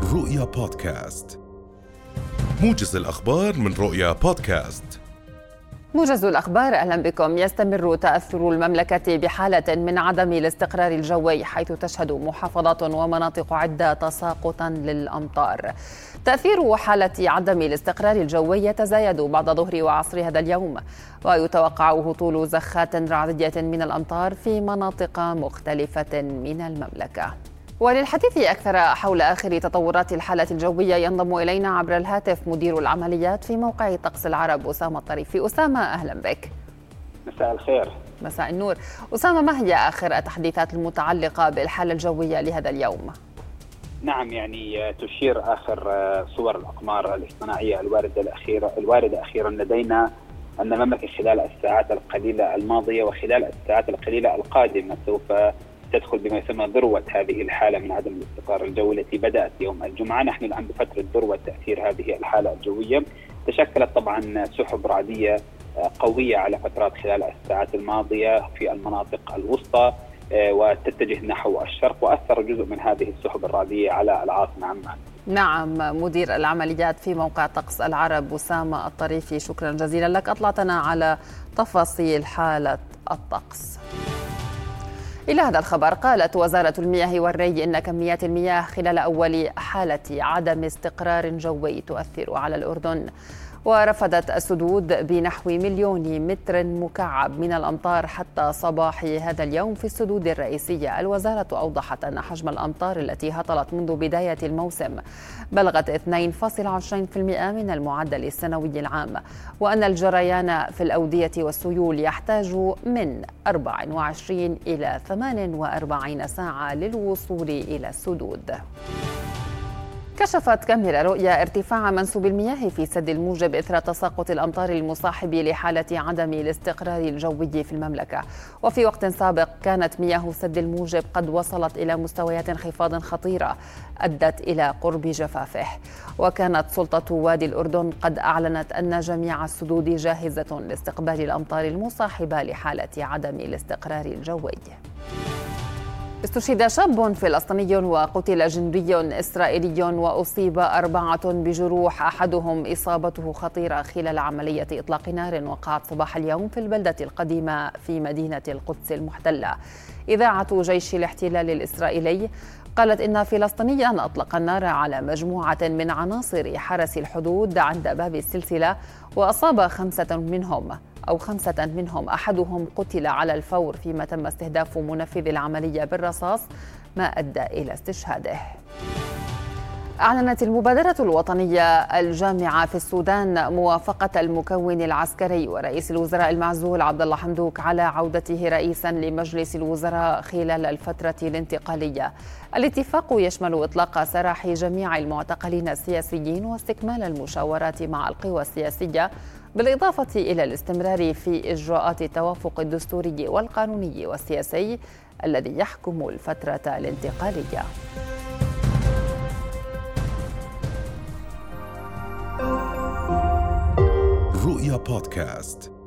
رؤيا بودكاست، موجز الأخبار من رؤيا بودكاست. موجز الأخبار، أهلا بكم. يستمر تأثر المملكة بحالة من عدم الاستقرار الجوي، حيث تشهد محافظات ومناطق عدة تساقطا للأمطار. تأثير حالة عدم الاستقرار الجوي يتزايد بعد ظهر وعصر هذا اليوم، ويتوقع هطول زخات رعدية من الأمطار في مناطق مختلفة من المملكة. وللحديث أكثر حول آخر تطورات الحالة الجوية ينضم إلينا عبر الهاتف مدير العمليات في موقع طقس العرب أسامة الطريفي. أسامة، أهلا بك. مساء الخير. مساء النور. أسامة، ما هي آخر التحديثات المتعلقة بالحالة الجوية لهذا اليوم؟ نعم، تشير آخر صور الأقمار الاصطناعية الواردة أخيرا لدينا أن المملكة خلال الساعات القليلة الماضية وخلال الساعات القليلة القادمة سوف تدخل بما يسمى ذروة هذه الحالة من عدم الاستقرار الجوي التي بدأت يوم الجمعة. نحن الآن بفترة ذروة تأثير هذه الحالة الجوية. تشكلت طبعا سحب رعدية قوية على فترات خلال الساعات الماضية في المناطق الوسطى وتتجه نحو الشرق، وأثر جزء من هذه السحب الرعدية على العاصمة عمان. نعم، مدير العمليات في موقع طقس العرب أسامة الطريفي، شكرا جزيلا لك. أطلعتنا على تفاصيل حالة الطقس. إلى هذا الخبر، قالت وزارة المياه والري إن كميات المياه خلال أول حالة عدم استقرار جوي تؤثر على الأردن، ورفدت السدود بنحو 1,000,000 متر مكعب من الأمطار حتى صباح هذا اليوم في السدود الرئيسية. الوزارة أوضحت أن حجم الأمطار التي هطلت منذ بداية الموسم بلغت 2.20% من المعدل السنوي العام، وأن الجريان في الأودية والسيول يحتاج من 24 إلى 48 ساعة للوصول إلى السدود. كشفت كاميرا رؤيا ارتفاع منسوب المياه في سد الموجب إثر تساقط الأمطار المصاحب لحالة عدم الاستقرار الجوي في المملكة. وفي وقت سابق كانت مياه سد الموجب قد وصلت إلى مستويات انخفاض خطيرة أدت إلى قرب جفافه، وكانت سلطة وادي الأردن قد أعلنت أن جميع السدود جاهزة لاستقبال الأمطار المصاحبة لحالة عدم الاستقرار الجوي. استشهد شاب فلسطيني وقتل جندي إسرائيلي وأصيب 4 بجروح، أحدهم إصابته خطيرة خلال عملية إطلاق نار وقعت صباح اليوم في البلدة القديمة في مدينة القدس المحتلة. إذاعة جيش الاحتلال الإسرائيلي قالت إن فلسطينيا أطلق النار على مجموعة من عناصر حرس الحدود عند باب السلسلة، وأصاب 5 منهم، أحدهم قتل على الفور، فيما تم استهداف منفذ العملية بالرصاص ما أدى إلى استشهاده. أعلنت المبادرة الوطنية الجامعة في السودان موافقة المكون العسكري ورئيس الوزراء المعزول عبد الله حمدوك على عودته رئيسا لمجلس الوزراء خلال الفترة الانتقالية. الاتفاق يشمل إطلاق سراح جميع المعتقلين السياسيين واستكمال المشاورات مع القوى السياسية، بالإضافة إلى الاستمرار في إجراءات التوافق الدستوري والقانوني والسياسي الذي يحكم الفترة الانتقالية. رؤيا بودكاست.